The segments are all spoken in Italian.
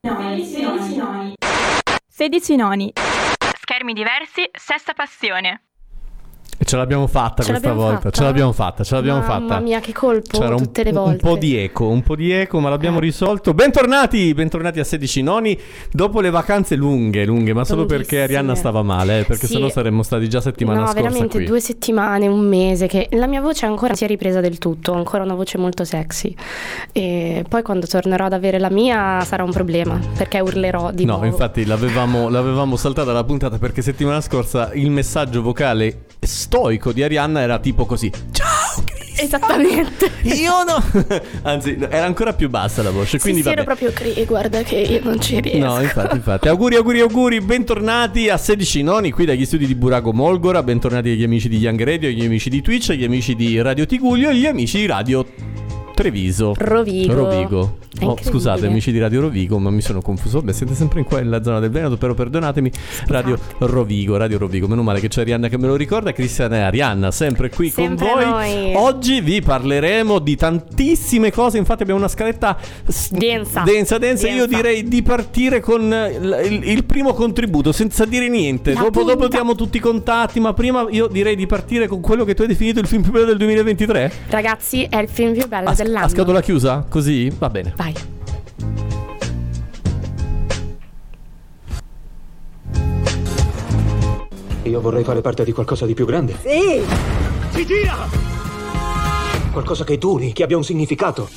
16 noni. Schermi diversi, stessa passione. E ce l'abbiamo fatta questa volta. Ce l'abbiamo fatta. Mamma mia, che colpo. C'era tutte le volte. Un po' di eco, ma l'abbiamo risolto. Bentornati a 16 noni. Dopo le vacanze lunghe, ma solo perché Arianna stava male, perché sennò saremmo stati già settimana scorsa veramente qui. 2 settimane, un mese, che la mia voce ancora si è ripresa del tutto, ho ancora una voce molto sexy. E poi quando tornerò ad avere la mia sarà un problema, perché urlerò di nuovo. No, infatti l'avevamo saltata la puntata perché settimana scorsa il messaggio vocale stoico di Arianna era tipo così: ciao Chris. Esattamente. Io no. Anzi, era ancora più bassa la voce, quindi ero proprio guarda che io non ci riesco. No, infatti. Auguri, bentornati a 16 noni qui dagli studi di Burago Molgora. Bentornati agli amici di Young Radio, agli amici di Twitch, agli amici di Radio Tigullio e agli amici di Radio Treviso. Rovigo. Scusate, amici di Radio Rovigo, ma mi sono confuso. Beh, siete sempre in qua nella zona del Veneto, però perdonatemi. Radio Rovigo. Meno male che c'è Arianna che me lo ricorda. Cristian e Arianna sempre qui sempre con voi. Noi. Oggi vi parleremo di tantissime cose. Infatti abbiamo una scaletta densa. Io direi di partire con il primo contributo, senza dire niente. Dopo diamo tutti i contatti, ma prima io direi di partire con quello che tu hai definito il film più bello del 2023. Ragazzi, è il film più bello dell'anno. A scatola chiusa? Così? Va bene. Vai. Io vorrei fare parte di qualcosa di più grande. Sì! Si gira! Qualcosa che duri, che abbia un significato.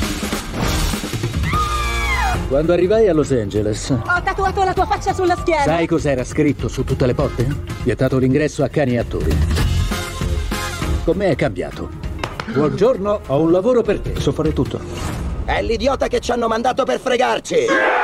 Quando arrivai a Los Angeles, ho tatuato la tua faccia sulla schiena. sai cos'era scritto su tutte le porte? Vietato l'ingresso a cani e attori. Con me è cambiato. Buongiorno, ho un lavoro per te. So fare tutto. È l'idiota che ci hanno mandato per fregarci.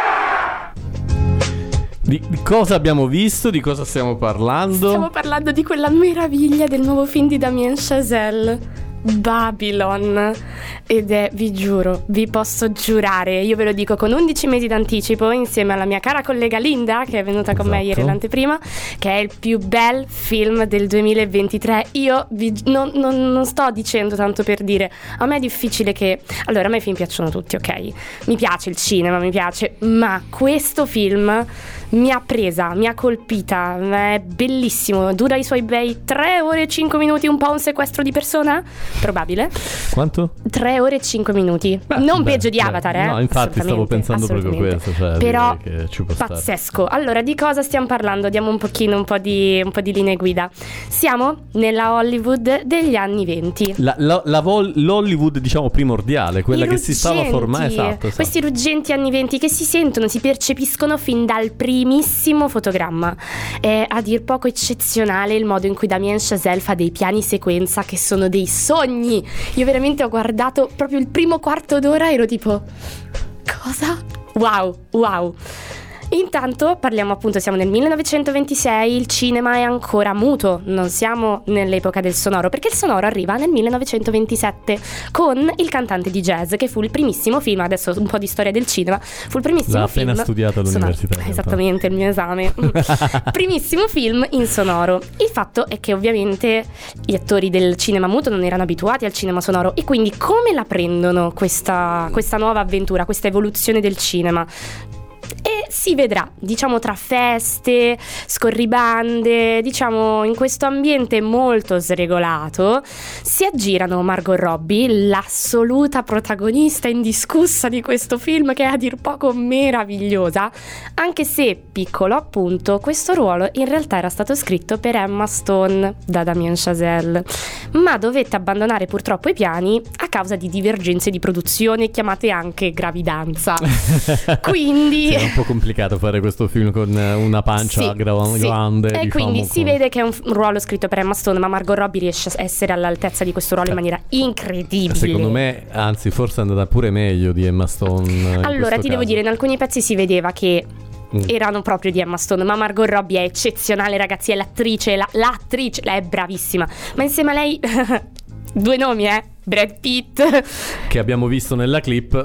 Di cosa abbiamo visto? Di cosa stiamo parlando? Stiamo parlando di quella meraviglia del nuovo film di Damien Chazelle, Babylon. Ed è, vi giuro, vi posso giurare, io ve lo dico con 11 mesi d'anticipo, insieme alla mia cara collega Linda, che è venuta con me ieri l'anteprima, che è il più bel film del 2023. Io non sto dicendo tanto per dire, a me è difficile che... Allora, a me i film piacciono tutti, ok? Mi piace il cinema, ma questo film mi ha presa, mi ha colpita, è bellissimo, dura i suoi bei 3 ore e 5 minuti, un po' un sequestro di persona? Probabile. Quanto? 3 ore e 5 minuti. Non peggio di Avatar, eh? No, infatti stavo pensando proprio questo, cioè, però che ci può pazzesco stare. Allora, di cosa stiamo parlando? Diamo un po' di linee guida. Siamo nella Hollywood degli anni 20. L'Hollywood, diciamo, primordiale, quella che si stava formando. Esatto. Questi ruggenti anni 20 che si sentono, si percepiscono fin dal primissimo fotogramma. È a dir poco eccezionale il modo in cui Damien Chazelle fa dei piani sequenza che sono dei sogni. Io veramente ho guardato proprio il primo quarto d'ora e ero tipo: cosa? Wow. Intanto parliamo, appunto, siamo nel 1926, il cinema è ancora muto, non siamo nell'epoca del sonoro, perché il sonoro arriva nel 1927 con Il cantante di jazz, che fu il primissimo film. Adesso un po' di storia del cinema. Fu il primissimo film. L'ha appena studiato all'università. Esattamente, il mio esame. Primissimo film in sonoro. Il fatto è che ovviamente gli attori del cinema muto non erano abituati al cinema sonoro, e quindi come la prendono questa nuova avventura, questa evoluzione del cinema? E si vedrà, diciamo, tra feste, scorribande, diciamo in questo ambiente molto sregolato, si aggirano Margot Robbie, l'assoluta protagonista indiscussa di questo film, che è a dir poco meravigliosa, anche se, piccolo appunto, questo ruolo in realtà era stato scritto per Emma Stone da Damien Chazelle, ma dovette abbandonare purtroppo i piani a causa di divergenze di produzione, chiamate anche gravidanza. Quindi è un po' complicato fare questo film con una pancia grande. E diciamo, quindi si vede che è un ruolo scritto per Emma Stone, ma Margot Robbie riesce a essere all'altezza di questo ruolo in maniera incredibile. Secondo me, anzi, forse è andata pure meglio di Emma Stone. Allora, ti devo dire, in alcuni pezzi si vedeva che erano proprio di Emma Stone, ma Margot Robbie è eccezionale, ragazzi, è l'attrice, l'attrice, lei è bravissima. Ma insieme a lei 2 nomi, Brad Pitt, che abbiamo visto nella clip.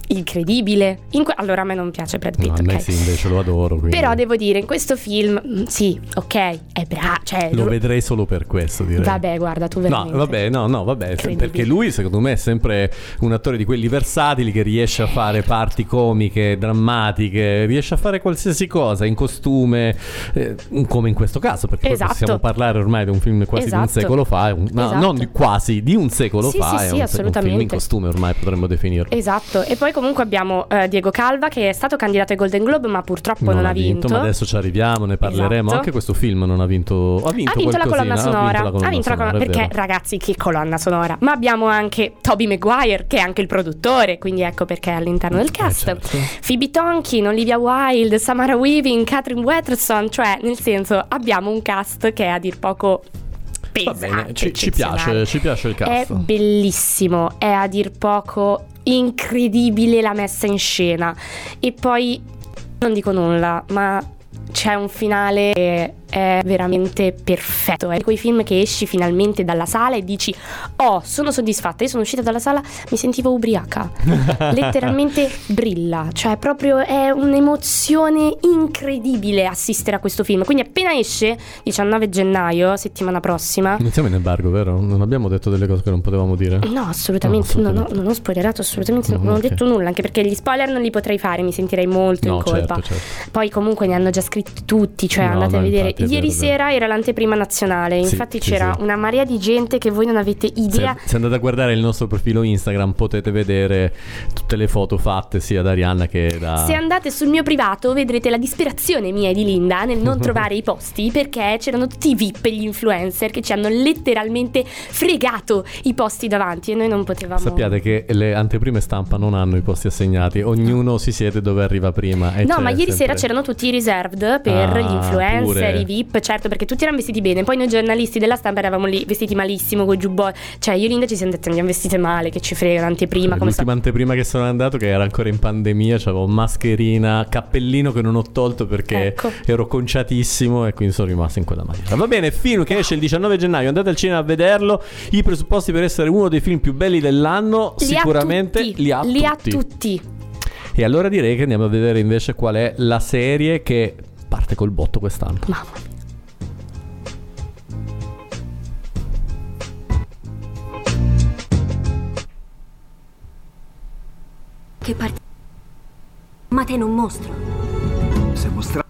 incredibile. Allora a me non piace Brad Pitt, no, a me sì, invece lo adoro, quindi. Però devo dire, in questo film sì, ok, è cioè, lo vedrei solo per questo, direi. Vabbè, guarda, tu veramente. Vabbè, perché lui secondo me è sempre un attore di quelli versatili che riesce a fare parti comiche, drammatiche, riesce a fare qualsiasi cosa in costume, come in questo caso, perché poi possiamo parlare ormai di un film quasi di un secolo fa, non di un secolo fa, sì, è assolutamente. un film in costume ormai potremmo definirlo. Esatto, e poi comunque abbiamo Diego Calva, che è stato candidato ai Golden Globe ma purtroppo non ha vinto. Ma adesso ci arriviamo, ne parleremo. Esatto. Anche questo film non ha vinto. Ha vinto la colonna sonora. Perché ragazzi, che colonna sonora. Ma abbiamo anche Tobey Maguire, che è anche il produttore, quindi ecco perché è all'interno del cast. Certo. Phoebe Tonkin, Olivia Wilde, Samara Weaving, Catherine Watterson, cioè nel senso abbiamo un cast che è a dir poco pesante. Va bene, ci piace il cast. È bellissimo, è a dir poco incredibile la messa in scena. E poi non dico nulla, ma c'è un finale che è veramente perfetto. È quei film che esci finalmente dalla sala e dici: oh, sono soddisfatta. Io sono uscita dalla sala, mi sentivo ubriaca. Letteralmente brilla. Cioè proprio è un'emozione incredibile assistere a questo film. Quindi appena esce, 19 gennaio, settimana prossima. Non siamo in embargo, vero? Non abbiamo detto delle cose che non potevamo dire? No, assolutamente, non ho spoilerato assolutamente, non ho detto nulla. Anche perché gli spoiler non li potrei fare, mi sentirei molto in colpa. Certo. Poi comunque ne hanno già scritti tutti. Cioè andate a vedere. Ieri sera era l'anteprima nazionale, infatti c'era una marea di gente che voi non avete idea. Se andate a guardare il nostro profilo Instagram potete vedere tutte le foto fatte sia da Arianna che da... Se andate sul mio privato vedrete la disperazione mia e di Linda nel non trovare i posti, perché c'erano tutti i VIP e gli influencer che ci hanno letteralmente fregato i posti davanti e noi non potevamo. Sappiate che le anteprime stampa non hanno i posti assegnati, ognuno si siede dove arriva prima. No, ma ieri sera c'erano tutti i reserved per gli influencer, i VIP, certo, perché tutti erano vestiti bene. Poi noi giornalisti della stampa eravamo lì vestiti malissimo con giubbotto. Cioè io e Linda ci siamo detti: andiamo vestite male, che ci frega l'anteprima. L'ultima anteprima che sono andato, che era ancora in pandemia, c'avevo mascherina, cappellino che non ho tolto perché ero conciatissimo e quindi sono rimasto in quella maniera. Va bene, film che esce il 19 gennaio, andate al cinema a vederlo. I presupposti per essere uno dei film più belli dell'anno sicuramente li ha tutti. E allora direi che andiamo a vedere invece qual è la serie che parte col botto quest'anno. Mamma mia. Che parte... Ma te non mostro. Si è mostrato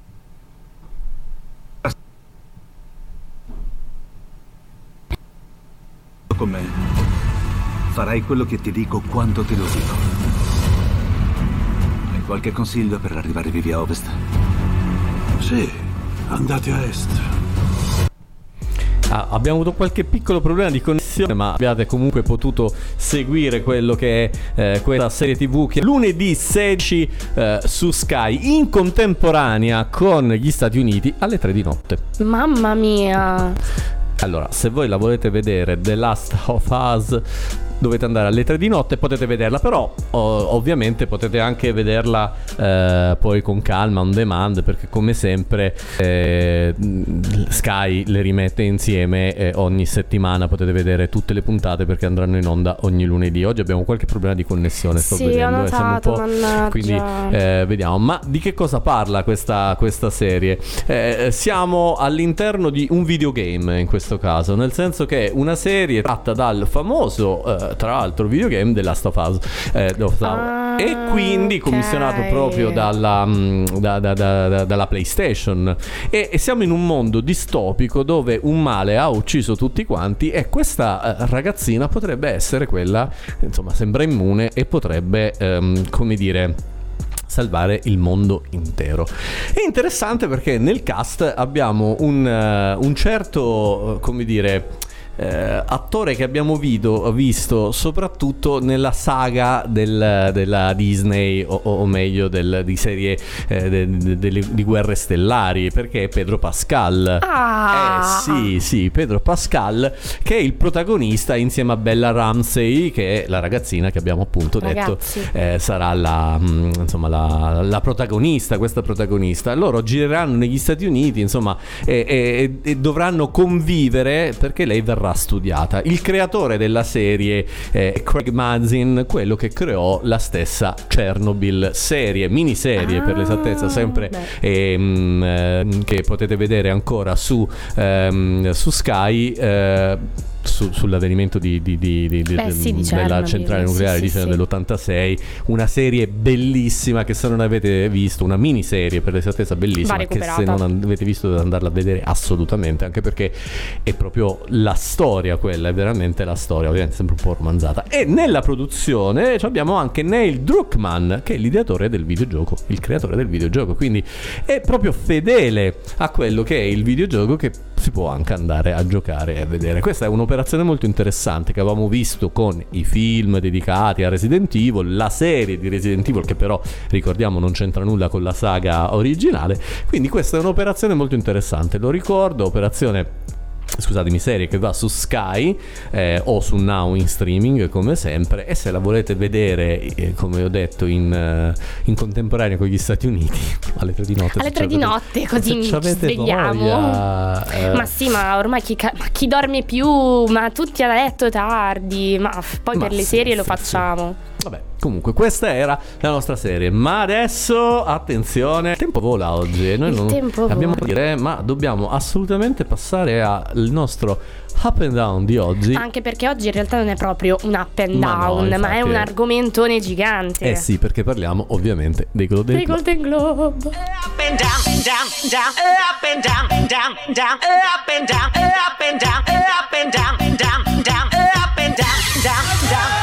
con me. Farai quello che ti dico quando te lo dico. Hai qualche consiglio per arrivare vivi a Ovest? Sì, andate a est. Abbiamo avuto qualche piccolo problema di connessione, ma abbiate comunque potuto seguire quello che è questa serie TV che lunedì 16 su Sky in contemporanea con gli Stati Uniti alle 3 di notte. Mamma mia. Allora, se voi la volete vedere, The Last of Us, dovete andare alle 3 di notte e potete vederla, però ovviamente potete anche vederla poi con calma, on demand, perché come sempre Sky le rimette insieme e ogni settimana potete vedere tutte le puntate perché andranno in onda ogni lunedì. Oggi abbiamo qualche problema di connessione, sto vedendo, ho notato, mannaggia. Quindi vediamo, ma di che cosa parla questa serie? Siamo all'interno di un videogame in questo caso, nel senso che è una serie tratta dal famoso tra l'altro videogame The Last of Us, e quindi commissionato proprio dalla PlayStation, e siamo in un mondo distopico dove un male ha ucciso tutti quanti e questa ragazzina potrebbe essere quella, insomma sembra immune e potrebbe come dire salvare il mondo intero. È interessante perché nel cast abbiamo un certo, come dire, attore che abbiamo visto soprattutto nella saga della Disney o meglio di serie di Guerre Stellari, perché è Pedro Pascal. Sì, Pedro Pascal, che è il protagonista insieme a Bella Ramsey, che è la ragazzina che abbiamo appunto detto sarà la protagonista, questa protagonista. Loro gireranno negli Stati Uniti, insomma, e dovranno convivere perché lei verrà strastudiata. Il creatore della serie è Craig Mazin, quello che creò la stessa Chernobyl serie, miniserie per l'esattezza, sempre che potete vedere ancora su Sky, sull'avvenimento della centrale nucleare dell'86, una serie bellissima che se non avete visto, una miniserie per l'esattezza bellissima, che se non avete visto dovete andarla a vedere assolutamente, anche perché è proprio la storia quella, è veramente la storia, ovviamente sempre un po' romanzata. E nella produzione abbiamo anche Neil Druckmann, che è l'ideatore del videogioco, il creatore del videogioco, quindi è proprio fedele a quello che è il videogioco, che si può anche andare a giocare e a vedere. Questa è un'operazione molto interessante che avevamo visto con i film dedicati a Resident Evil, la serie di Resident Evil, che però ricordiamo non c'entra nulla con la saga originale, quindi questa è un'operazione molto interessante, lo ricordo, serie che va su Sky o su Now in streaming come sempre, e se la volete vedere come ho detto in contemporanea con gli Stati Uniti alle 3 di notte, alle 3 di notte, così ci svegliamo ma sì, ma ormai chi dorme più, ma tutti a letto tardi, ma poi per le serie lo facciamo. Vabbè, comunque questa era la nostra serie, ma adesso attenzione, il tempo vola oggi, noi abbiamo da dire, ma dobbiamo assolutamente passare al nostro up and down di oggi, anche perché oggi in realtà non è proprio un up and down, ma è un argomentone gigante. Sì, perché parliamo ovviamente dei Golden Globe. Up and down, down, down, up and down, down, down, up and down, up and down, up and down, down, down, up and down, down, down.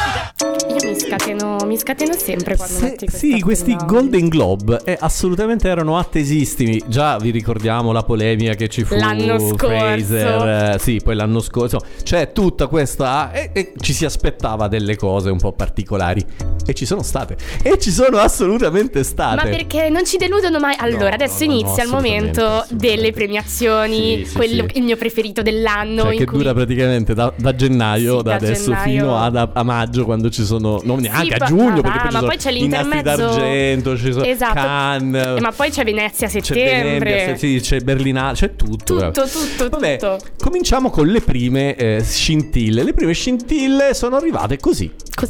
Io mi scateno sempre quando metti questi Golden Globe assolutamente erano attesissimi. Già vi ricordiamo la polemica che ci fu l'anno scorso, Fraser, poi l'anno scorso c'è tutta questa e ci si aspettava delle cose un po' particolari, e ci sono state, e ci sono assolutamente state. Ma perché non ci deludono mai? Allora adesso inizia il momento delle premiazioni, il mio preferito dell'anno, che dura praticamente da gennaio, da adesso fino a maggio, quando ci sono, non neanche a giugno, perché poi c'è l'intermezzo, d'argento, ci sono Cannes, ma poi c'è Venezia a settembre, c'è Berlinale, c'è tutto. Vabbè, tutto. cominciamo con le prime scintille. Le prime scintille sono arrivate così.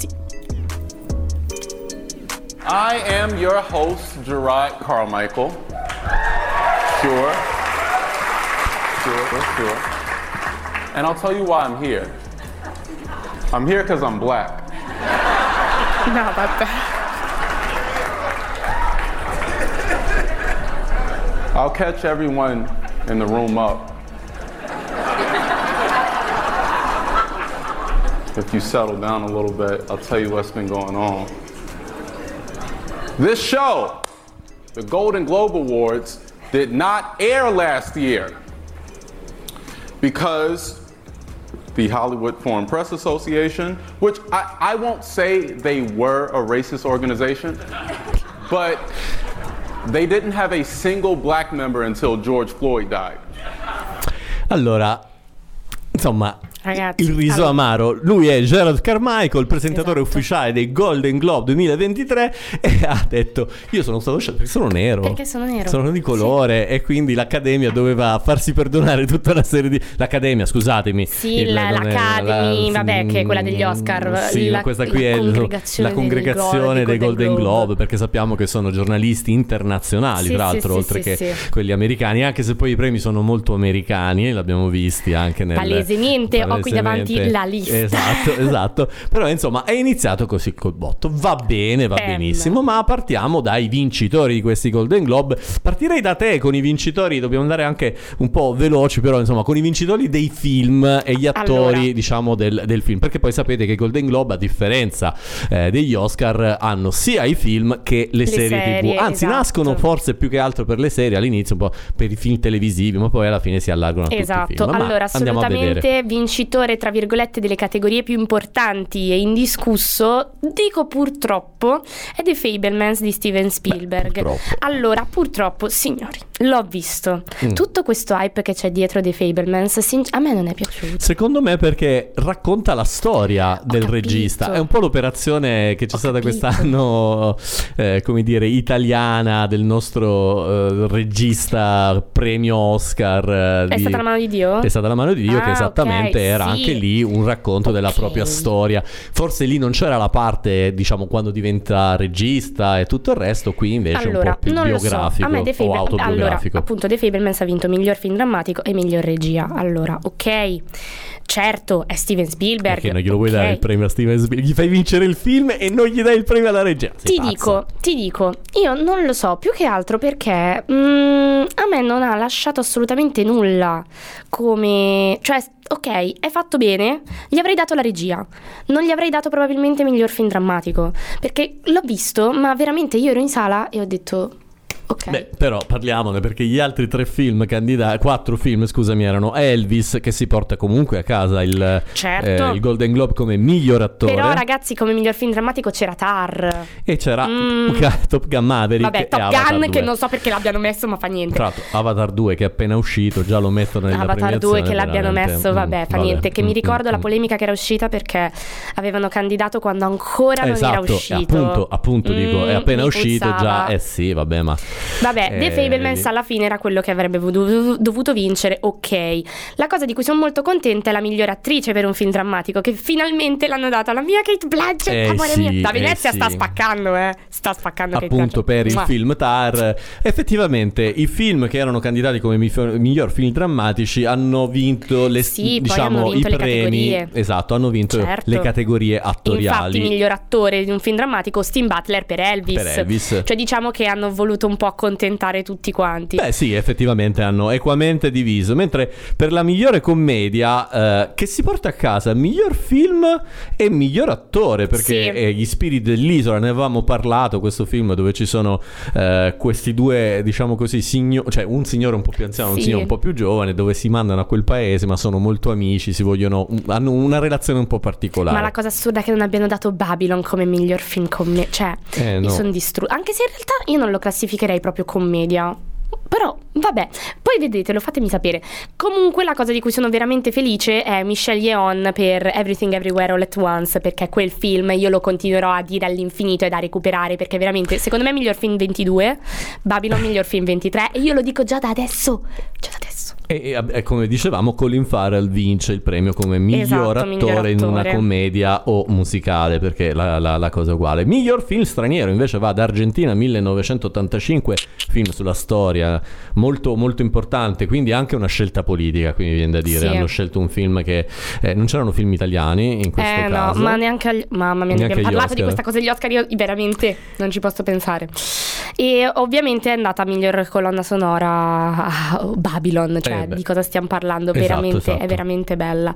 I am your host, Gerard Carmichael. Sure. And I'll tell you why I'm here. I'm here because I'm black. No, vabbè. I'll catch everyone in the room up if you settle down a little bit. I'll tell you what's been going on. This show, the Golden Globe Awards, did not air last year because the Hollywood Foreign Press Association, which I won't say they were a racist organization, but they didn't have a single black member until George Floyd died. Allora, insomma, ragazzi, il riso amaro. Lui è Gerard Carmichael, presentatore ufficiale dei Golden Globe 2023, e ha detto: io sono stato scelto perché sono nero. Perché sono nero. Sono di colore, e quindi l'Accademia doveva farsi perdonare tutta una serie di... L'Accademia, scusatemi. Sì, l'Academy, vabbè, che è quella degli Oscar. Sì, ma questa qui è la congregazione dei Golden Globe, perché sappiamo che sono giornalisti internazionali, tra l'altro, oltre che quelli americani, anche se poi i premi sono molto americani, l'abbiamo visti anche nel... Palesemente. Ho qui davanti la lista. Esatto. Però insomma è iniziato così col botto. Va bene, va benissimo. Ma partiamo dai vincitori di questi Golden Globe. Partirei da te con i vincitori. Dobbiamo andare anche un po' veloci, però insomma con i vincitori dei film e gli attori, diciamo, del film, perché poi sapete che i Golden Globe, a differenza degli Oscar, hanno sia i film che le serie TV. Anzi, nascono forse più che altro per le serie all'inizio, un po' per i film televisivi, ma poi alla fine si allargano a tutti i film. Allora, assolutamente vincitore, tra virgolette, delle categorie più importanti e indiscusso, dico purtroppo, è The Fabelmans di Steven Spielberg. Allora, purtroppo, signori, l'ho visto. Tutto questo hype che c'è dietro The Fabelmans, a me non è piaciuto. Secondo me perché racconta la storia del regista. È un po' l'operazione che c'è stata quest'anno, come dire, italiana, del nostro regista premio Oscar. È stata la mano di Dio? È stata la mano di Dio, che esattamente era anche lì un racconto della propria storia. Forse lì non c'era la parte, diciamo, quando diventa regista e tutto il resto. Qui invece è un po' più biografico o autobiografico. Allora, appunto, The Fabelmans ha vinto miglior film drammatico e miglior regia. Allora, ok, certo, è Steven Spielberg. Perché non glielo vuoi dare il premio a Steven Spielberg? Gli fai vincere il film e non gli dai il premio alla regia. Ti dico, io non lo so, più che altro perché a me non ha lasciato assolutamente nulla. Come, cioè, ok, è fatto bene, gli avrei dato la regia, non gli avrei dato probabilmente miglior film drammatico, perché l'ho visto, ma veramente io ero in sala e ho detto... Okay. Beh, però parliamone, perché gli altri 4 film, scusami, erano Elvis, che si porta comunque a casa il Golden Globe come miglior attore. Però ragazzi, come miglior film drammatico c'era Tar e c'era Top Gun Maverick. Vabbè, Top Gun che non so perché l'abbiano messo, ma fa niente. Tra l'altro Avatar 2 che è appena uscito, già lo mettono nella Avatar premiazione. 2 che l'abbiano messo, vabbè, fa niente. Che mi ricordo la polemica che era uscita perché avevano candidato quando ancora non era uscito. Appunto dico, è appena uscito già. Sì, vabbè, ma vabbè, The Fabelmans alla fine era quello che avrebbe dovuto vincere, ok. La cosa di cui sono molto contenta è la migliore attrice per un film drammatico, che finalmente l'hanno data alla mia Cate Blanchett, amore mia. Da Venezia sta spaccando, sta spaccando appunto per il film Tar. Effettivamente i film che erano candidati come miglior film drammatici hanno vinto diciamo i premi. Categorie. Esatto, hanno vinto le categorie attoriali. Infatti miglior attore di un film drammatico Austin Butler per Elvis. Cioè diciamo che hanno voluto un po' accontentare tutti quanti. Beh sì, effettivamente hanno equamente diviso. Mentre per la migliore commedia che si porta a casa miglior film e miglior attore, perché Gli spiriti dell'isola, ne avevamo parlato, questo film dove ci sono questi due, diciamo così, cioè un signore un po' più anziano, un signore un po' più giovane, dove si mandano a quel paese ma sono molto amici, hanno una relazione un po' particolare. Ma la cosa assurda è che non abbiano dato Babylon come miglior film commedia, cioè mi sono distrutto, anche se in realtà io non lo classificherei proprio commedia. Però vabbè, poi vedetelo, fatemi sapere. Comunque la cosa di cui sono veramente felice è Michelle Yeoh per Everything Everywhere All at Once, perché quel film io lo continuerò a dire all'infinito e da recuperare, perché veramente secondo me è miglior film 22, Babylon miglior film 23, e io lo dico già da adesso. E come dicevamo, Colin Farrell vince il premio come miglior attore in una commedia o musicale, perché la cosa è uguale. Miglior film straniero invece va ad Argentina 1985, film sulla storia molto molto importante, quindi anche una scelta politica, quindi viene da dire. Hanno scelto un film che non c'erano film italiani in questo caso. No, ma neanche mamma mia, ne abbiamo parlato di questa cosa degli Oscar, io veramente non ci posso pensare. E ovviamente è andata a miglior colonna sonora Babylon, cioè di cosa stiamo parlando, veramente è veramente bella.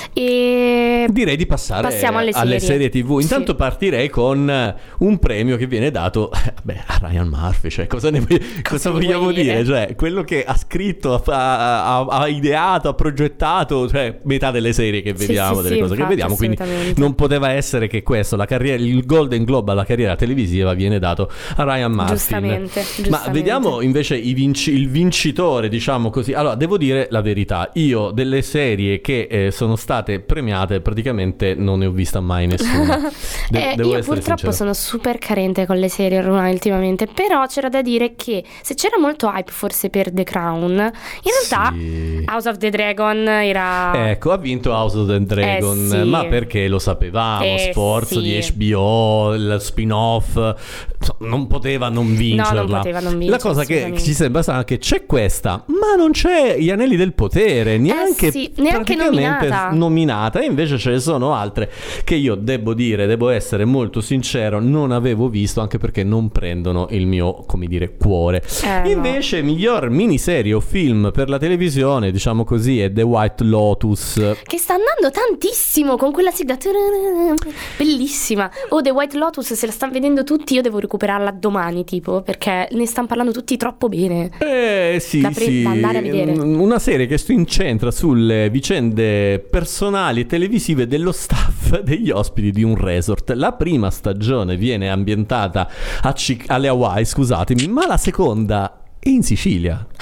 E direi di passare alle serie TV. Intanto partirei con un premio che viene dato a Ryan Murphy, cioè cosa vogliamo dire? Cioè quello che ha scritto, ha ideato, ha progettato, cioè metà delle serie che vediamo, delle cose che vediamo, quindi non poteva essere che questo, il Golden Globe alla carriera televisiva viene dato a Ryan Murphy. Giustamente. Ma vediamo invece il vincitore, diciamo così. Allora, devo dire la verità, io delle serie che sono state premiate praticamente non ne ho vista mai nessuna. Io purtroppo sono super carente con le serie ormai ultimamente, però c'era da dire che se c'era molto hype forse per The Crown, in realtà House of the Dragon era... Ecco, ha vinto House of the Dragon, ma perché lo sapevamo, sforzo di HBO, il spin-off, non poteva non vincerla. No, non poteva non vincere. La cosa che ci sembra strana è che c'è questa, ma non c'è Gli Anelli del Potere, neanche nominata, e invece ce ne sono altre che io devo essere molto sincero, non avevo visto, anche perché non prendono il mio, come dire, cuore. Invece miglior miniserie o film per la televisione, diciamo così, è The White Lotus, che sta andando tantissimo con quella sigla bellissima. The White Lotus, se la stanno vedendo tutti, io devo recuperarla domani, tipo, perché ne stanno parlando tutti troppo bene. Da andare a vedere. Una serie che si incentra sulle vicende personali e televisive dello staff degli ospiti di un resort. La prima stagione viene ambientata alle Hawaii, scusatemi, ma la seconda è in Sicilia.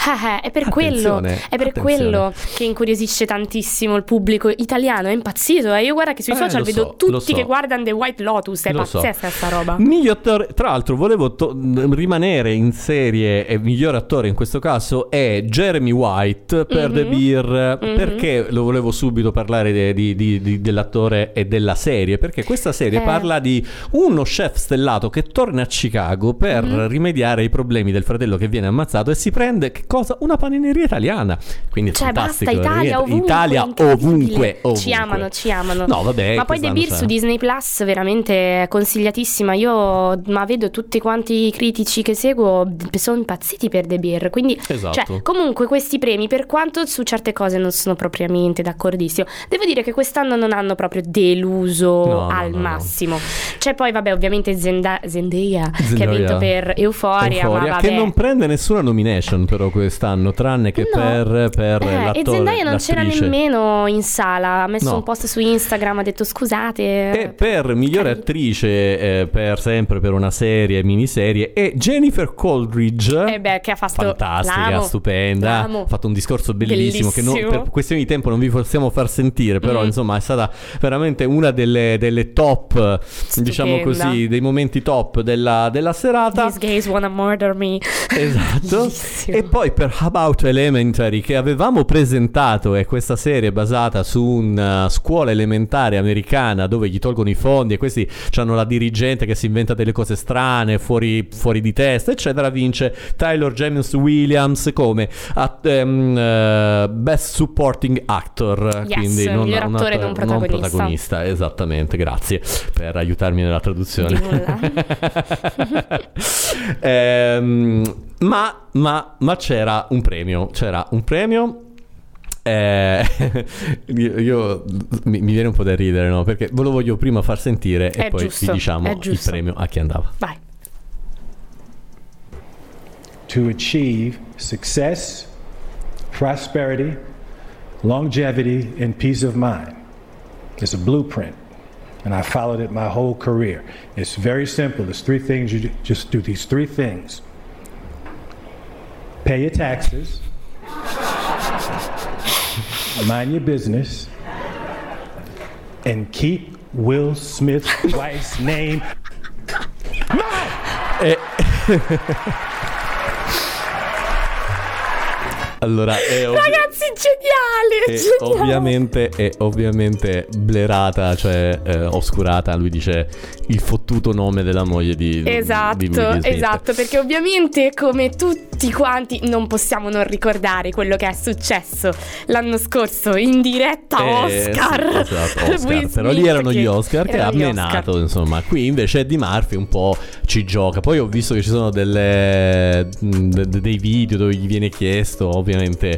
È per quello che incuriosisce tantissimo il pubblico italiano, è impazzito. Io guarda che sui social vedo tutti che guardano The White Lotus, è pazzesca sta roba. Miglior attore, tra l'altro volevo rimanere in serie, e miglior attore in questo caso è Jeremy White per The Bear. Perché lo volevo subito parlare dell'attore e della serie? Perché questa serie parla di uno chef stellato che torna a Chicago per rimediare ai problemi del fratello che viene ammazzato e si prende una panineria italiana. Quindi è fantastico. Basta, Italia ovunque. Ci amano. No, vabbè, ma poi The Bear su Disney Plus veramente consigliatissima. Io vedo tutti quanti i critici che seguo sono impazziti per The Bear. Quindi comunque questi premi, per quanto su certe cose non sono propriamente d'accordissimo, devo dire che quest'anno non hanno proprio deluso al massimo. C'è poi ovviamente Zendaya che ha vinto per Euphoria, ma che non prende nessuna nomination però quest'anno, tranne che per l'attore. E Zendaya non c'era nemmeno in sala, ha messo un post su Instagram, ha detto scusate. E per migliore attrice sempre per una serie, miniserie, è Jennifer Coolidge, che ha fatto fantastica, stupenda, ha fatto un discorso bellissimo che per questioni di tempo non vi possiamo far sentire, però insomma è stata veramente una delle top, diciamo così, dei momenti top della serata. These gays wanna murder me. Esatto. E poi per About Elementary, che avevamo presentato, è questa serie basata su una scuola elementare americana dove gli tolgono i fondi e questi hanno la dirigente che si inventa delle cose strane, fuori di testa, eccetera. Vince Tyler James Williams come Best Supporting Actor, quindi miglior attore non protagonista. Esattamente, grazie per aiutarmi nella traduzione. Ma c'era un premio. Io mi viene un po' da ridere, no? Perché ve lo voglio prima far sentire e poi vi diciamo il premio a chi andava. Vai. To achieve success, prosperity, longevity and peace of mind. It's a blueprint, and I followed it my whole career. It's very simple. There's three things you just do. These three things: pay your taxes, mind your business, and keep Will Smith's wife's name. Allora, ragazzi, geniale! È ovviamente blerata, cioè oscurata. Lui dice il fottuto nome della moglie di Will Smith. Esatto, perché ovviamente come tutti quanti non possiamo non ricordare quello che è successo l'anno scorso in diretta Oscar. Oscar. Però lì erano gli Oscar che ha menato, insomma. Qui invece Eddie Murphy un po' ci gioca. Poi ho visto che ci sono dei video dove gli viene chiesto ovviamente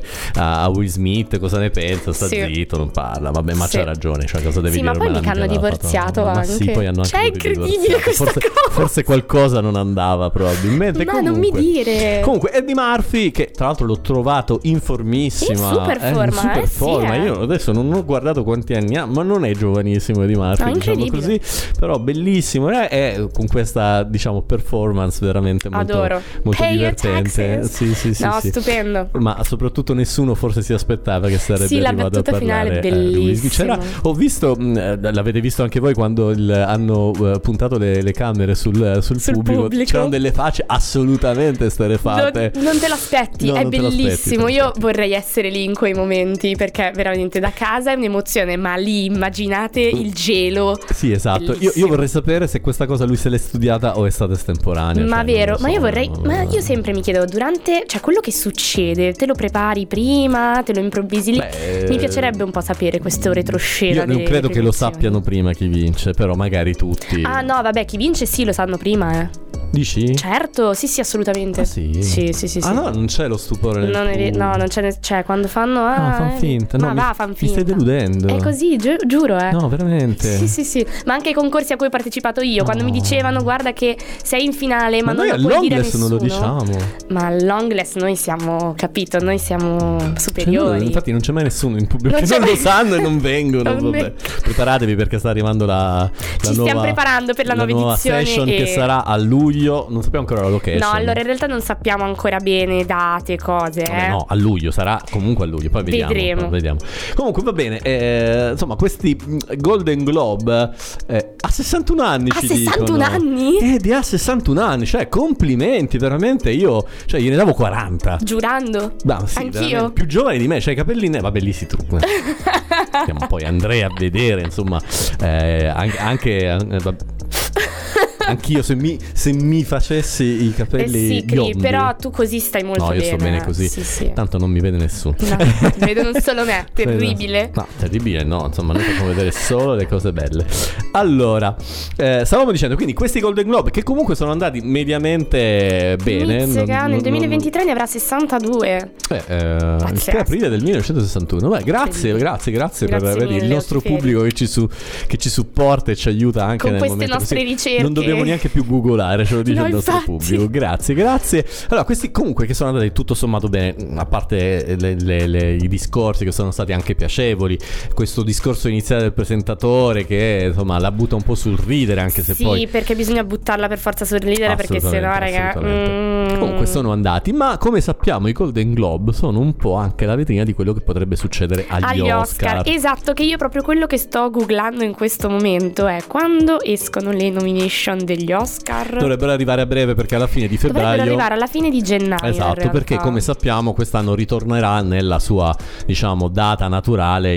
a Will Smith cosa ne pensa, sta zitto, non parla, vabbè, ma c'ha ragione, cioè cosa devi dire? Ma poi mica hanno divorziato anche. Ma sì, poi hanno anche incredibile questa cosa. Forse qualcosa non andava probabilmente. Ma non mi dire. Comunque Eddie Murphy, che tra l'altro l'ho trovato in formissima, in super forma. Io adesso non ho guardato quanti anni ha, ma non è giovanissimo Eddie Murphy, diciamo così, però bellissimo, con questa, diciamo, performance veramente molto divertente. Sì. No, stupendo. Ma soprattutto nessuno forse si aspettava che sarebbe arrivato a parlare Luis Smith. Ho visto, l'avete visto anche voi quando hanno puntato le camere sul pubblico. C'erano delle facce assolutamente esterrefatte. Non te l'aspetti, è bellissimo. Io vorrei essere lì in quei momenti, perché veramente da casa è un'emozione, ma lì immaginate il gelo. Sì, esatto. Io vorrei sapere se questa cosa lui se l'è studiata o è stata estemporanea. Ma vero, ma io vorrei, ma io sempre mi chiedo durante, cioè quello che succede, te lo prepari prima, te lo improvvisi lì? Mi piacerebbe un po' sapere questo retroscena. Io non credo che lo sappiano prima chi vince, però magari tutti. Ah no, vabbè, chi vince sì, lo sanno prima, Dici? Certo, sì, assolutamente. Sì. Sì. Ah no, non c'è lo stupore nel pubblico. No, non c'è, cioè quando fanno fan finta. Ma fan finta. Mi stai deludendo. È così, giuro, No, veramente. Sì. Ma anche i concorsi a cui ho partecipato io, quando mi dicevano guarda che sei in finale, ma non lo puoi dire a nessuno. Non lo diciamo. Ma all'Longless noi siamo, capito, noi siamo superiori. Infatti non c'è mai nessuno in pubblico che non lo sanno e non vengono. Vabbè. Preparatevi perché sta arrivando la Ci nuova, stiamo preparando per la nuova edizione session che sarà a luglio luglio, non sappiamo ancora la location. No, allora in realtà non sappiamo ancora bene date, cose. Vabbè, no, a luglio, sarà comunque a luglio, poi vediamo. Comunque va bene, insomma, questi Golden Globe a 61 anni ci dicono. A 61 anni? Ha 61 anni, cioè complimenti, veramente, io gliene davo 40. Giurando? No, sì, anch'io. Più giovane di me, c'hai i capelli neri, vabbè lì si trucca. Poi andrei a vedere, insomma, anch'io se mi facessi i capelli biondi. però tu così stai molto bene. No, io sto bene così. Sì. Tanto non mi vede nessuno. No, vedono solo me. Terribile. No, terribile no. Insomma, noi facciamo vedere solo le cose belle. Allora, stavamo dicendo, quindi questi Golden Globe che comunque sono andati mediamente bene. Nel 2023 ne avrà 62. Il 3 aprile del 1961. Beh, grazie per il nostro pubblico che ci supporta e ci aiuta anche con nel queste momento nostre così. ricerche. Non dobbiamo neanche più googolare, ce lo dice il nostro infatti. pubblico. Grazie. Allora, questi comunque che sono andati tutto sommato bene, a parte i discorsi che sono stati anche piacevoli, questo discorso iniziale del presentatore che insomma la butta un po' sul ridere, anche se poi sì, perché bisogna buttarla per forza sul ridere, perché sennò raga comunque sono andati. Ma come sappiamo i Golden Globe sono un po' anche la vetrina di quello che potrebbe succedere agli Oscar. Esatto, che io proprio quello che sto googlando in questo momento è quando escono le nomination degli Oscar. Dovrebbero arrivare a breve, perché alla fine di febbraio. Dovrebbero arrivare alla fine di gennaio. Esatto, perché come sappiamo quest'anno ritornerà nella sua, diciamo, data naturale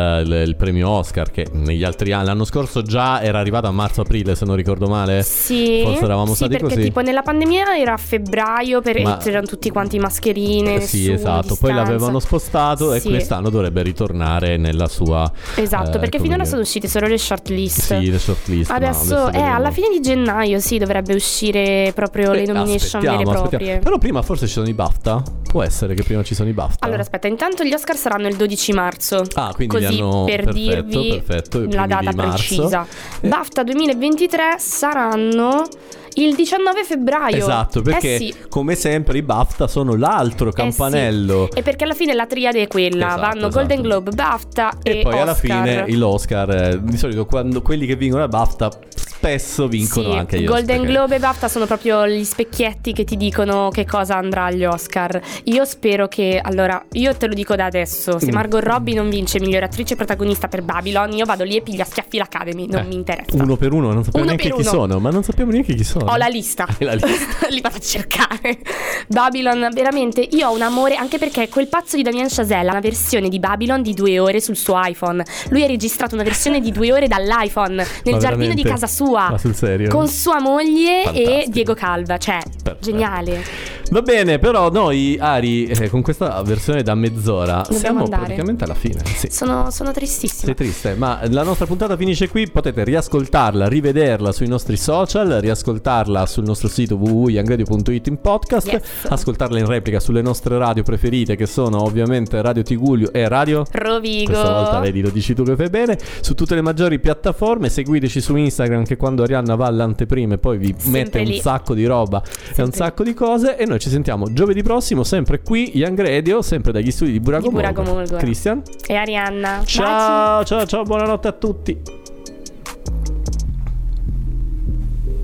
il premio Oscar, che negli altri anni, l'anno scorso già era arrivato a marzo-aprile se non ricordo male. Sì, forse eravamo stati perché così. Tipo nella pandemia era a febbraio, c'erano tutti quanti mascherine. Sì, esatto, poi l'avevano spostato e quest'anno dovrebbe ritornare nella sua. Esatto, perché finora sono uscite solo le shortlist. Sì, le shortlist. Adesso alla fine di gennaio dovrebbe uscire proprio le nomination vere e proprie. Però prima forse ci sono i BAFTA. Può essere che prima ci sono i BAFTA. Allora aspetta, intanto gli Oscar saranno il 12 marzo. Quindi così hanno per dirvi la data precisa. BAFTA 2023 saranno il 19 febbraio. Esatto, perché come sempre i BAFTA sono l'altro campanello. E perché alla fine la triade è quella. Vanno Golden Globe, BAFTA e poi Oscar. Alla fine l'Oscar, di solito quando quelli che vincono la BAFTA spesso vincono anche gli Golden Oscar. Globe e BAFTA sono proprio gli specchietti che ti dicono che cosa andrà agli Oscar. Io spero che, allora, io te lo dico da adesso, se Margot Robbie non vince miglior attrice protagonista per Babylon, io vado lì e piglio a schiaffi l'Academy, non mi interessa. Uno per uno, non sappiamo neanche chi sono, ma non sappiamo neanche chi sono. Ho la lista. Li vado a cercare. Babylon, veramente, io ho un amore, anche perché quel pazzo di Damien Chazelle ha una versione di Babylon di 2 ore sul suo iPhone. Lui ha registrato una versione di 2 ore dall'iPhone nel giardino di casa sua. Ma sul serio? Con sua moglie e Diego Calva, cioè geniale. Va bene, però noi Ari con questa versione da mezz'ora siamo praticamente alla fine. Sì. Sono tristissima. Sei triste, ma la nostra puntata finisce qui. Potete riascoltarla, rivederla sui nostri social, riascoltarla sul nostro sito www.youngradio.it in podcast, ascoltarla in replica sulle nostre radio preferite, che sono ovviamente Radio Tigullio e Radio Rovigo. Questa volta vedi, lo dici tu che fai bene. Su tutte le maggiori piattaforme, seguiteci su Instagram, che quando Arianna va all'anteprime poi vi mette un sacco di roba e un sacco di cose. E noi ci sentiamo giovedì prossimo, sempre qui Young Radio, sempre dagli studi di Burago Molgo. Cristian e Arianna. Ciao, ciao, buonanotte a tutti.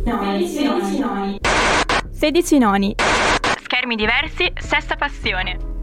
Sedici noni. Schermi diversi, sesta passione.